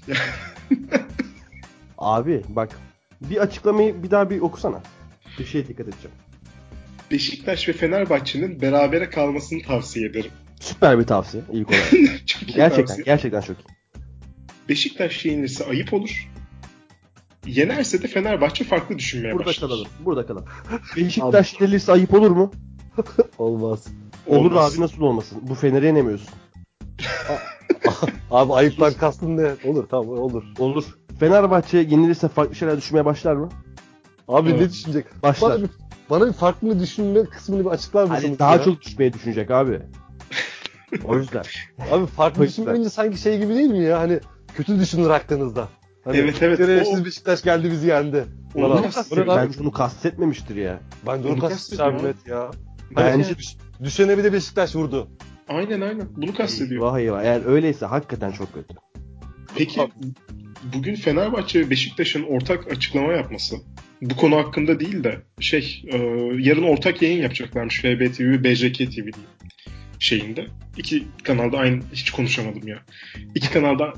Abi bak, bir açıklamayı bir daha bir okusana. Bir şeye dikkat edeceğim.
Beşiktaş ve Fenerbahçe'nin berabere kalmasını tavsiye ederim.
Süper bir tavsiye ilk olarak.
Çok iyi
Gerçekten,
tavsiye.
gerçekten çok iyi.
Beşiktaş yenilirse ayıp olur. Yenerse de Fenerbahçe farklı düşünmeye
Burada
başlar.
kalalım, burada kalalım. Beşiktaş yenilirse ayıp olur mu?
Olmaz.
Olur
Olmaz.
abi, nasıl olmasın? Bu Fener'i yenemiyorsun.
Abi ayıptan kastın ne? Olur, tamam olur.
Olur. Fenerbahçe yenilirse farklı şeyler düşünmeye başlar mı?
Abi
Evet.
ne düşünecek?
Başlar.
Bana bir, bana bir farklı düşünme kısmını bir açıklar mısınız?
Hani daha
ya?
çok düşünmeyi düşünecek abi. O yüzden.
Abi farklı
O yüzden.
düşünmeyince sanki şey gibi değil mi ya? Hani kötü düşünür aklınızda. Hani
Evet, evet.
şerefsiz
O-
Beşiktaş geldi bizi yendi.
Onu
Falan.
kastediyor.
Bu ne lan?
Bence bunu kastetmemiştir ya.
Bence
Onu
onu kastetmiş abi,
kastediyor.
evet ya.
Bence
Hani düşene bir de Beşiktaş vurdu.
Aynen aynen. Bunu kastediyor.
Vay vay. Eğer öyleyse hakikaten çok kötü.
Peki bugün Fenerbahçe ve Beşiktaş'ın ortak açıklama yapması, bu konu hakkında değil de şey, e, yarın ortak yayın yapacaklarmış F B T V ve B J K T V şeyinde. İki kanalda aynı, hiç konuşamadım ya. İki kanalda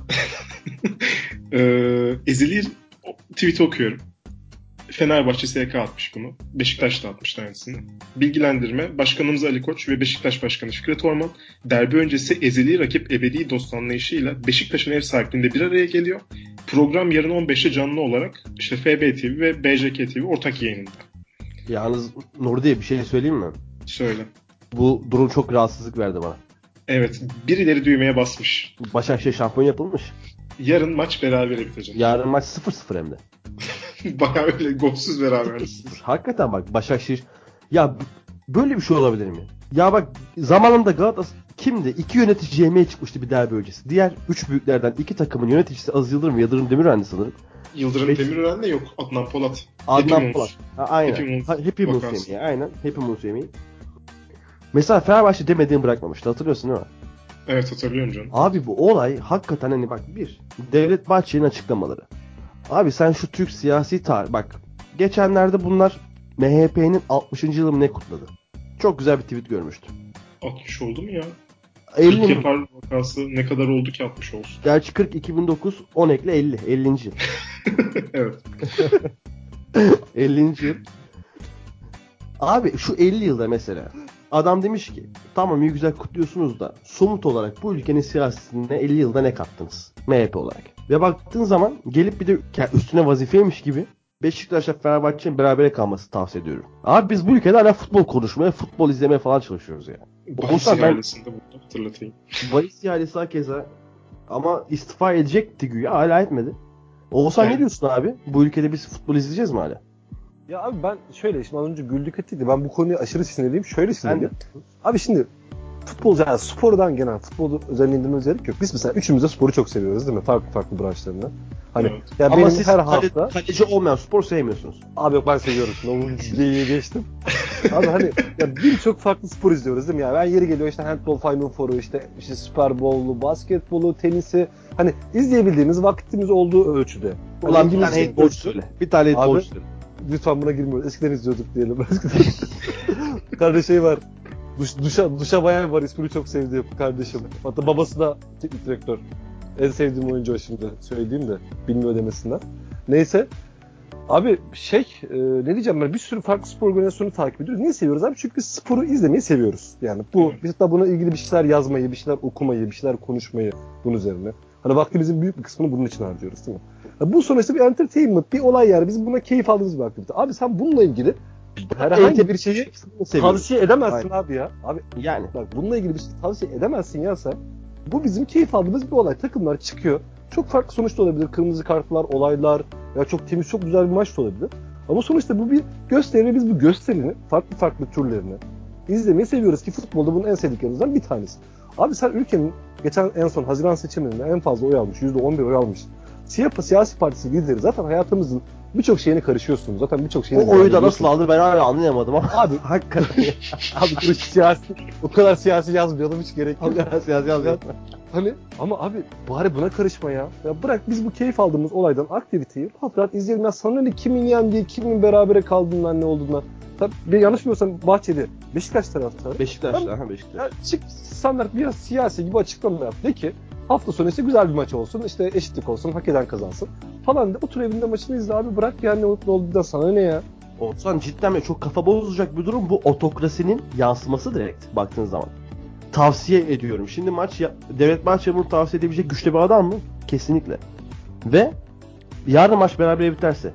e, ezeli tweet okuyorum. Fenerbahçe S K atmış bunu. Beşiktaş da atmış aynısını. Bilgilendirme: Başkanımız Ali Koç ve Beşiktaş Başkanı Fikret Orman derbi öncesi ezeli rakip ebedi dost anlayışıyla Beşiktaş'ın ev sahipliğinde bir araya geliyor. Program yarın on beşte canlı olarak işte F B T V ve B J K T V ortak yayınında.
Yalnız Nurdi'ye bir şey söyleyeyim mi?
Söyle.
Bu durum çok rahatsızlık verdi bana.
Evet, birileri düğmeye basmış.
Başakşehir şampiyon yapılmış.
Yarın maç berabere bitecek.
Yarın maç sıfır sıfır hem de.
Bayağı öyle golsüz beraber.
sıfır sıfır. Hakikaten bak, Başakşehir... Ya b- böyle bir şey olabilir mi? Ya bak, zamanında Galatasaray kimdi? İki yönetici yemeğe çıkmıştı bir derbi öncesi. Diğer üç büyüklerden iki takımın yöneticisi Aziz Yıldırım, Yıldırım Demirören'di sanırım.
Yıldırım
Beş-
Demirören de yok. Adnan Polat.
Adnan
Happy
Polat.
Moons.
Ha, aynen.
Happy Moons
Ha, Happy Moons
vakası.
yemeği. Aynen. Happy Moons yemeği. Mesela Fenerbahçe demediğini bırakmamıştı. Hatırlıyorsun değil mi?
Evet, hatırlıyorum canım.
Abi bu olay hakikaten hani bak, bir Devlet Bahçeli'nin açıklamaları. Abi sen şu Türk siyasi tarih bak, geçenlerde bunlar M H P'nin altmışıncı yılını ne kutladı? Çok güzel bir tweet görmüştüm.
altmış oldu mu ya?
elli
kırk
mi?
yapar vakası ne kadar oldu ki altmış olsun?
Gerçi kırk iki bin dokuz, on ekle elli. ellinci yıl.
Evet.
ellinci yıl. Abi şu elli yılda mesela Adam demiş ki tamam iyi güzel kutluyorsunuz da somut olarak bu ülkenin siyasetine elli yılda ne kattınız M H P olarak. Ve baktığın zaman gelip bir de üstüne vazifeymiş gibi Beşiktaş'la Fenerbahçe'nin berabere kalması tavsiye ediyorum. Abi biz bu ülkede hala futbol konuşmaya, futbol izlemeye falan çalışıyoruz yani.
Bahis ihalesinde bunu hatırlatayım.
Bahis ihalesi hakeza ama istifa edecekti güya, hala etmedi. Oğuzhan yani, ne diyorsun abi? Bu ülkede biz futbol izleyeceğiz mi hala?
Ya abi ben şöyle, şimdi az önce güldük ettiydi. Ben bu konuya aşırı sinirliyim. Şöyle sinirliyim. Abi şimdi futbol, yani spordan genel futbolu özelliğine indirmemiz gerek yok. Biz mesela üçümüz de sporu çok seviyoruz değil mi? Farklı farklı branşlarında. Hani evet. Ya ama benim siz her hafta
kaleci olmayan spor sevmiyorsunuz.
Abi yok, ben seviyorum. Onun geyiğe geçtim. Abi hani ya birçok farklı spor izliyoruz değil mi ya? Ben yeri geliyor işte handball, Final Four'u, işte işte Super Bowl'u, basketbolu, tenisi, hani izleyebildiğimiz vaktimiz olduğu ölçüde.
Ulan hani bir tane handball söyle. Bir tane handball söyle.
Lütfen buna girmiyoruz. Eskiden izliyorduk diyelim. Kardeş şey var. Duş, duşa, duşa bayan var. İsmini çok sevdiğim kardeşim. Hatta babası da teknik direktör. En sevdiğim oyuncu o şimdi. Söyleyeyim de bilmiyor demesinler. Neyse. Abi şey e, ne diyeceğim ben, bir sürü farklı spor organizasyonu takip ediyoruz. Niye seviyoruz abi? Çünkü biz sporu izlemeyi seviyoruz. Yani bu biz hatta buna ilgili bir şeyler yazmayı, bir şeyler okumayı, bir şeyler konuşmayı bunun üzerine. Hani vaktimizin büyük bir kısmını bunun için harcıyoruz değil mi? Ya bu sonuçta bir entertainment, bir olay yani. Biz buna keyif aldığımız bir aktivite. Abi sen bununla ilgili herhangi bir şeyi tavsiye edemezsin. Aynen. Abi ya. Abi yani bak, bununla ilgili bir şey tavsiye edemezsin ya sen. Bu bizim keyif aldığımız bir olay. Takımlar çıkıyor. Çok farklı sonuçta olabilir. Kırmızı kartlar, olaylar, ya çok temiz, çok güzel bir maç da olabilir. Ama sonuçta bu bir gösteri ve biz bu gösterinin farklı farklı türlerini izlemeyi seviyoruz ki futbolda bunun en sevdiklerinden bir tanesi. Abi sen ülkenin geçen en son Haziran seçimlerinde en fazla oy almış, yüzde on bir oy almış Siyasi, siyasi partisi lideri, zaten hayatımızın birçok şeyine karışıyorsunuz. Zaten birçok şeyine.
O oyu da nasıl aldı ben hala anlayamadım ama.
Abi hakikaten. Abi bu siyasi, o kadar siyasi yazmayalım, hiç gerek yok.
O kadar siyasi yazmayalım.
Hani ama abi bari buna karışma ya. Ya bırak biz bu keyif aldığımız olaydan, aktiviteyi rahat rahat izleyelim. Ya sana ne kimin yendiği, kimin berabere kaldığından, ne olduğundan. Tabii bir yanlış bilmiyorsam Bahçeli Beşiktaş taraftarı.
Beşiktaş'ta ha Beşiktaş.
Ya çık standart biraz siyasi gibi açıklama yap. De ki hafta sonu işte güzel bir maç olsun, işte eşitlik olsun, hak eden kazansın falan de, otur evinde maçını izle abi, bırak yani ne mutlu olduğundan sana ne ya.
Olsan cidden çok kafa bozacak bir durum, bu otokrasinin yansıması direkt baktığın zaman. Tavsiye ediyorum. Şimdi maç ya, Devlet Bahçeli bunu tavsiye edebilecek güçlü bir adam mı? Kesinlikle. Ve yarın maç beraber biterse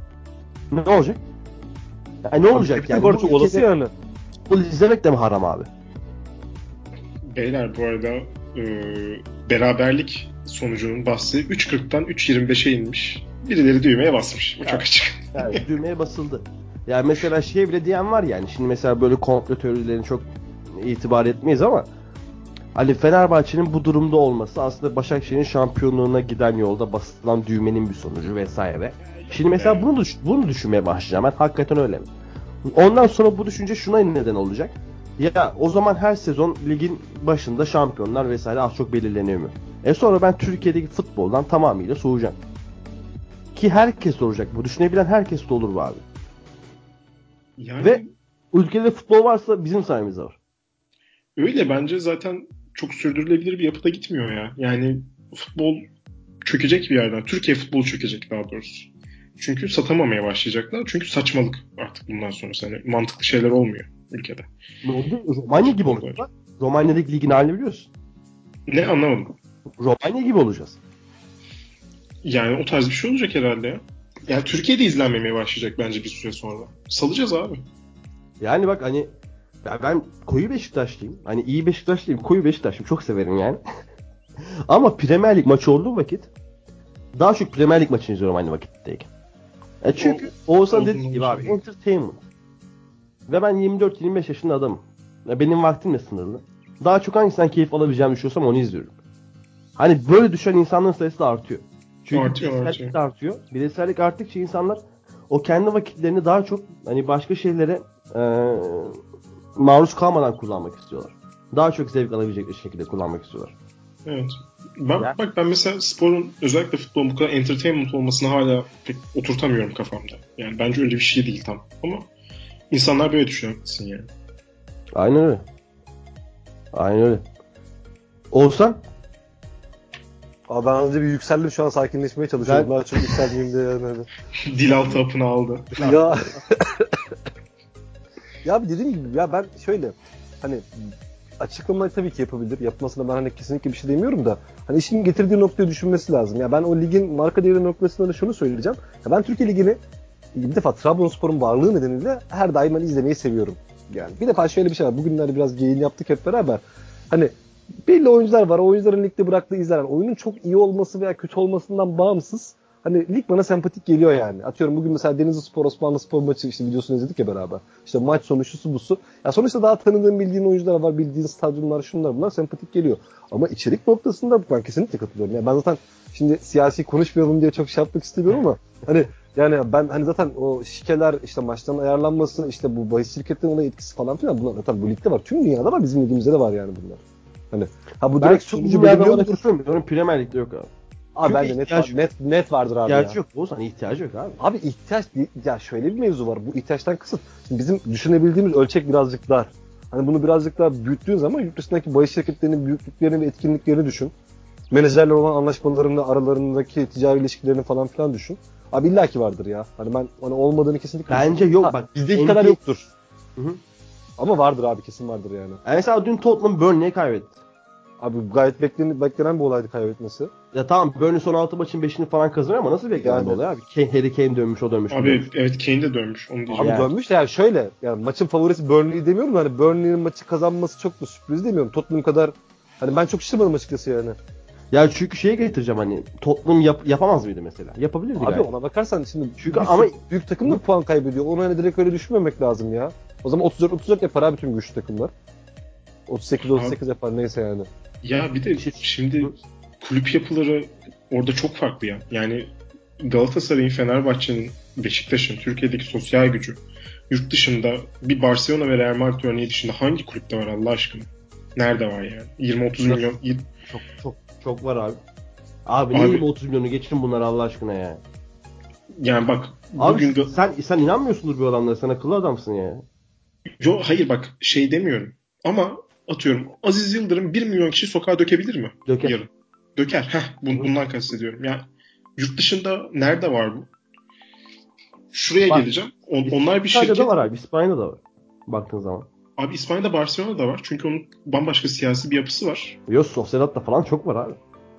ne olacak? Yani ne olacak
abi,
yani?
Bu ülkede olası yani.
Futbol izlemek de mi haram abi?
Beyler bu arada e, beraberlik sonucunun bahsi üç kırktan üç yirmi beşe inmiş. Birileri düğmeye basmış. Bu yani, çok açık.
Yani düğmeye basıldı. Yani mesela şey bile diyen var yani. Şimdi mesela böyle komplo teorilerini çok itibar etmeyiz ama hani Fenerbahçe'nin bu durumda olması aslında Başakşehir'in şampiyonluğuna giden yolda basılan düğmenin bir sonucu vesaire. Şimdi mesela bunu bunu düşünmeye başlayacağım. Ben hakikaten öyle mi? Ondan sonra bu düşünce şuna neden olacak. Ya o zaman her sezon ligin başında şampiyonlar vesaire az çok belirleniyor mu? E sonra ben Türkiye'deki futboldan tamamıyla soğuyacağım. Ki herkes olacak. Bu düşünebilen herkes de olur bu abi. Yani... Ve ülkede futbol varsa bizim sayemizde var.
Öyle, bence zaten çok sürdürülebilir bir yapıda gitmiyor ya. Yani futbol çökecek bir yerden. Türkiye futbolu çökecek daha doğrusu. Çünkü satamamaya başlayacaklar. Çünkü saçmalık artık bundan sonra. Yani mantıklı şeyler olmuyor ülkede.
Ne oldu? Romanya gibi olacak. Romanya'daki ligin halini biliyorsun.
Ne, anlamadım.
Romanya gibi olacağız.
Yani o tarz bir şey olacak herhalde ya. Yani Türkiye'de izlenmemeye başlayacak bence bir süre sonra. Salacağız abi.
Yani bak hani ya ben koyu Beşiktaşlıyım. Hani iyi Beşiktaşlıyım, koyu Beşiktaşlıyım. Çok severim yani. Ama Premier Lig maçı olduğu vakit daha çok Premier Lig maçını izliyorum aynı vakitteyken. E çünkü o, Oğuzhan dediği gibi abi entertainment. Ve ben yirmi dört yirmi beş yaşında adamım. Ya benim vaktim de sınırlı. Daha çok hangisinden keyif alabileceğimi düşünüyorsam onu izliyorum. Hani böyle düşen insanların sayısı da artıyor. Çünkü
artıyor,
bireysellik
artıyor.
de artıyor. Bireysellik arttıkça insanlar o kendi vakitlerini daha çok hani başka şeylere e, maruz kalmadan kullanmak istiyorlar. Daha çok zevk alabilecekleri şekilde kullanmak istiyorlar.
Evet. Ben,
yani.
Bak ben mesela sporun, özellikle futbolun bu kadar entertainment olmasını hala pek oturtamıyorum kafamda. Yani bence öyle bir şey değil tam. Ama insanlar böyle düşünüyor yani.
Aynen öyle. Aynen öyle. Oğuzhan?
Abi ben önce bir yükseldim, şu an sakinleşmeye çalışıyorum. Ben... Daha çok yükselmeyeyim diye yani.
Dilaltı hapını aldı.
Ya. Ya bir dediğim gibi ya ben şöyle hani açıklamayı tabii ki yapabilir. Yapmasına ben hani kesinlikle bir şey demiyorum da hani işin getirdiği noktayı düşünmesi lazım. Ya ben o ligin marka değeri noktasında da şunu söyleyeceğim. Ya ben Türkiye Ligi'ni bir defa Trabzonspor'un varlığı nedeniyle her daim ben izlemeyi seviyorum. Yani bir defa şöyle bir şey var. Bugünlerde biraz yayın yaptık hep beraber. Hani belli oyuncular var. O oyuncuların ligde bıraktığı izler. Yani oyunun çok iyi olması veya kötü olmasından bağımsız. Hani lig bana sempatik geliyor yani. Atıyorum bugün mesela Denizlispor Osmanlıspor maçı işte videosunu izledik ya beraber. İşte maç sonu şusu busu. Ya sonuçta daha tanıdığın bildiğin oyuncular var. Bildiğin stadyumlar şunlar bunlar sempatik geliyor. Ama içerik noktasında ben kesinlikle katılıyorum. Yani ben zaten şimdi siyasi konuşmayalım diye çok şey yapmak istemiyorum ama hani yani ben hani zaten o şikeler işte maçların ayarlanması işte bu bahis şirketlerinin ona etkisi falan filan bunlar zaten bu ligde var. Tüm dünyada var bizim ligimizde de var yani bunlar. Hani ha bu
Ben
direkt
çok
sonucu
dünyada
belirliyor
var
mudur?
katılmıyorum. Premier Lig'de yok abi.
Abi
Çünkü
bence net,
ihtiyaç
var,
yok.
net net vardır abi
İhtiyacı
ya.
yok. Oğuzhan ihtiyacı yok abi.
Abi ihtiyaç ya şöyle bir mevzu var. Bu ihtiyaçtan kısıt. Şimdi bizim düşünebildiğimiz ölçek birazcık dar. Hani bunu birazcık daha büyüttüğün zaman yurt dışındaki bahis şirketlerinin büyüklüklerini ve etkinliklerini düşün. Menajerle olan anlaşmalarını, aralarındaki ticari ilişkilerini falan filan düşün. Abi illaki vardır ya. Hani ben hani olmadığını kesinlikle
Bence
düşünmüyorum.
yok
Ha,
bak.
bizdeki
N
kadar
B A
yoktur.
Hı hı.
Ama vardır abi kesin vardır yani.
Yani mesela dün Tottenham Burnley'e kaybetti.
Abi gayet beklenen, beklenen bir olaydı kaybetmesi.
Ya tamam Burnley son altı maçın beşini falan kazanıyor ama nasıl beklenen
Yani-
bir olay abi? Kane, Harry Kane dönmüş, o dönmüş, bu
Abi
dönmüş.
evet Kane de dönmüş. Onu diyeceğim.
Abi
Yani.
dönmüş de yani şöyle yani maçın favorisi Burnley demiyorum da hani Burnley'nin maçı kazanması çok da sürpriz demiyorum. Tottenham kadar hani ben çok şaşırmadım açıkçası yani.
Ya çünkü şeye getireceğim hani Tottenham yap, yapamaz mıydı mesela? Yapabilirdi
Abi
gayet.
ona bakarsan şimdi
Çünkü
bir
ama-
sürü büyük takım da puan kaybediyor. Onu hani direkt öyle düşünmemek lazım ya. O zaman otuz dört otuz dört yapar abi tüm güçlü takımlar. otuz sekiz otuz sekiz yapar neyse yani.
Ya bir de şimdi kulüp yapıları orada çok farklı ya. Yani Galatasaray'ın, Fenerbahçe'nin, Beşiktaş'ın, Türkiye'deki sosyal gücü yurt dışında bir Barcelona ve Real Madrid örneği dışında hangi kulüpte var Allah aşkına? Nerede var yani? yirmi otuz milyon.
Çok çok çok var abi. Abi,
Abi-
ne yirmi otuz milyonu geçin bunları Allah aşkına ya.
Yani bak
Abi
bugün Ga-
sen sen inanmıyorsundur bu adamlara. Sen akıllı adamsın ya.
Yo, hayır bak şey demiyorum. Ama atıyorum Aziz Yıldırım bir milyon kişi sokağa dökebilir mi?
Döker.
Yarın. Döker. Heh, bu- bundan kastediyorum. Yani yurt dışında nerede var bu? Şuraya
Var.
geleceğim. On- onlar bir
İtalya'da
şirket.
var abi. İspanya'da da var. Baktığın zaman.
Abi İspanya'da Barcelona'da var. Çünkü onun bambaşka siyasi bir yapısı var.
Yok Sociedad'da falan çok var abi.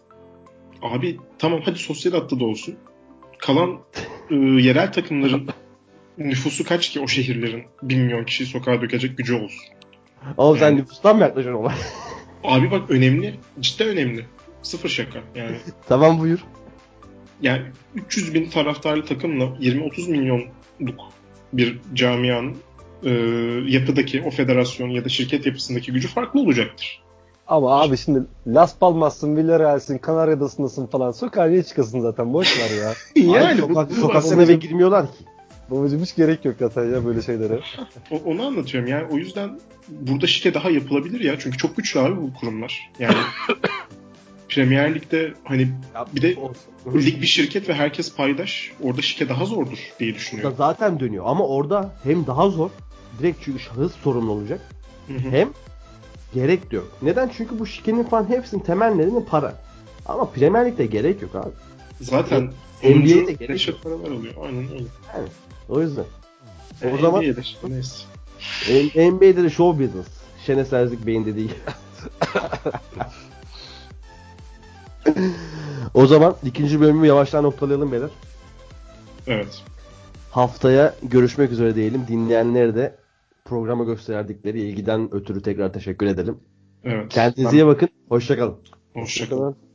Abi tamam hadi Sociedad'da da olsun. Kalan e, yerel takımların nüfusu kaç ki o şehirlerin bir milyon kişi sokağa dökecek gücü olsun.
Ama sen
Yani-
nüfustan mı yaklaşıyorsun olay?
Abi bak önemli. Cidden önemli. Sıfır şaka. Yani
Tamam buyur.
yani üç yüz bin taraftarlı takımla yirmi otuz milyonluk bir camianın e, yapıdaki o federasyon ya da şirket yapısındaki gücü farklı olacaktır.
Ama abi şimdi Las Palmas'sın, Villarreal'sin, Kanarya'dasın falan. Sokağa niye çıkasın zaten? Boş ver ya.
Yani
Abi
bu-
sokak,
bu
sokaktan
bahsediyorum.
eve girmiyorlar ki.
Babacım hiç gerek yok zaten ya böyle şeylere.
O- onu anlatıyorum. Yani o yüzden burada şike daha yapılabilir ya. Çünkü çok güçlü abi bu kurumlar. Yani Premier Lig'de hani bir de lig bir şirket ve herkes paydaş. Orada şike daha zordur diye
Da
düşünüyorum.
zaten dönüyor ama orada hem daha zor, direkt çünkü şahıs sorumlu olacak,
Hı hı.
hem gerek de yok. Neden? Çünkü bu şikenin falan hepsinin temel nedeni para. Ama Premier Lig'de gerek yok abi.
Zaten
N B A'de
sonuncu
gerek
neşet
yok.
paralar oluyor. Aynen öyle.
Yani o yüzden. O
Yani
zaman
N B A'de işte, neyse.
N- N B A'de de show business. Şenes Erzik Bey'in dediği. O zaman ikinci bölümü yavaştan noktalayalım beyler.
Evet.
Haftaya görüşmek üzere diyelim. Dinleyenlere de programa gösterdikleri ilgiden ötürü tekrar teşekkür edelim.
Evet.
Kendinize
Ben-
iyi bakın. Hoşça kalın.
Hoşça kalın.
Hoşçakalın.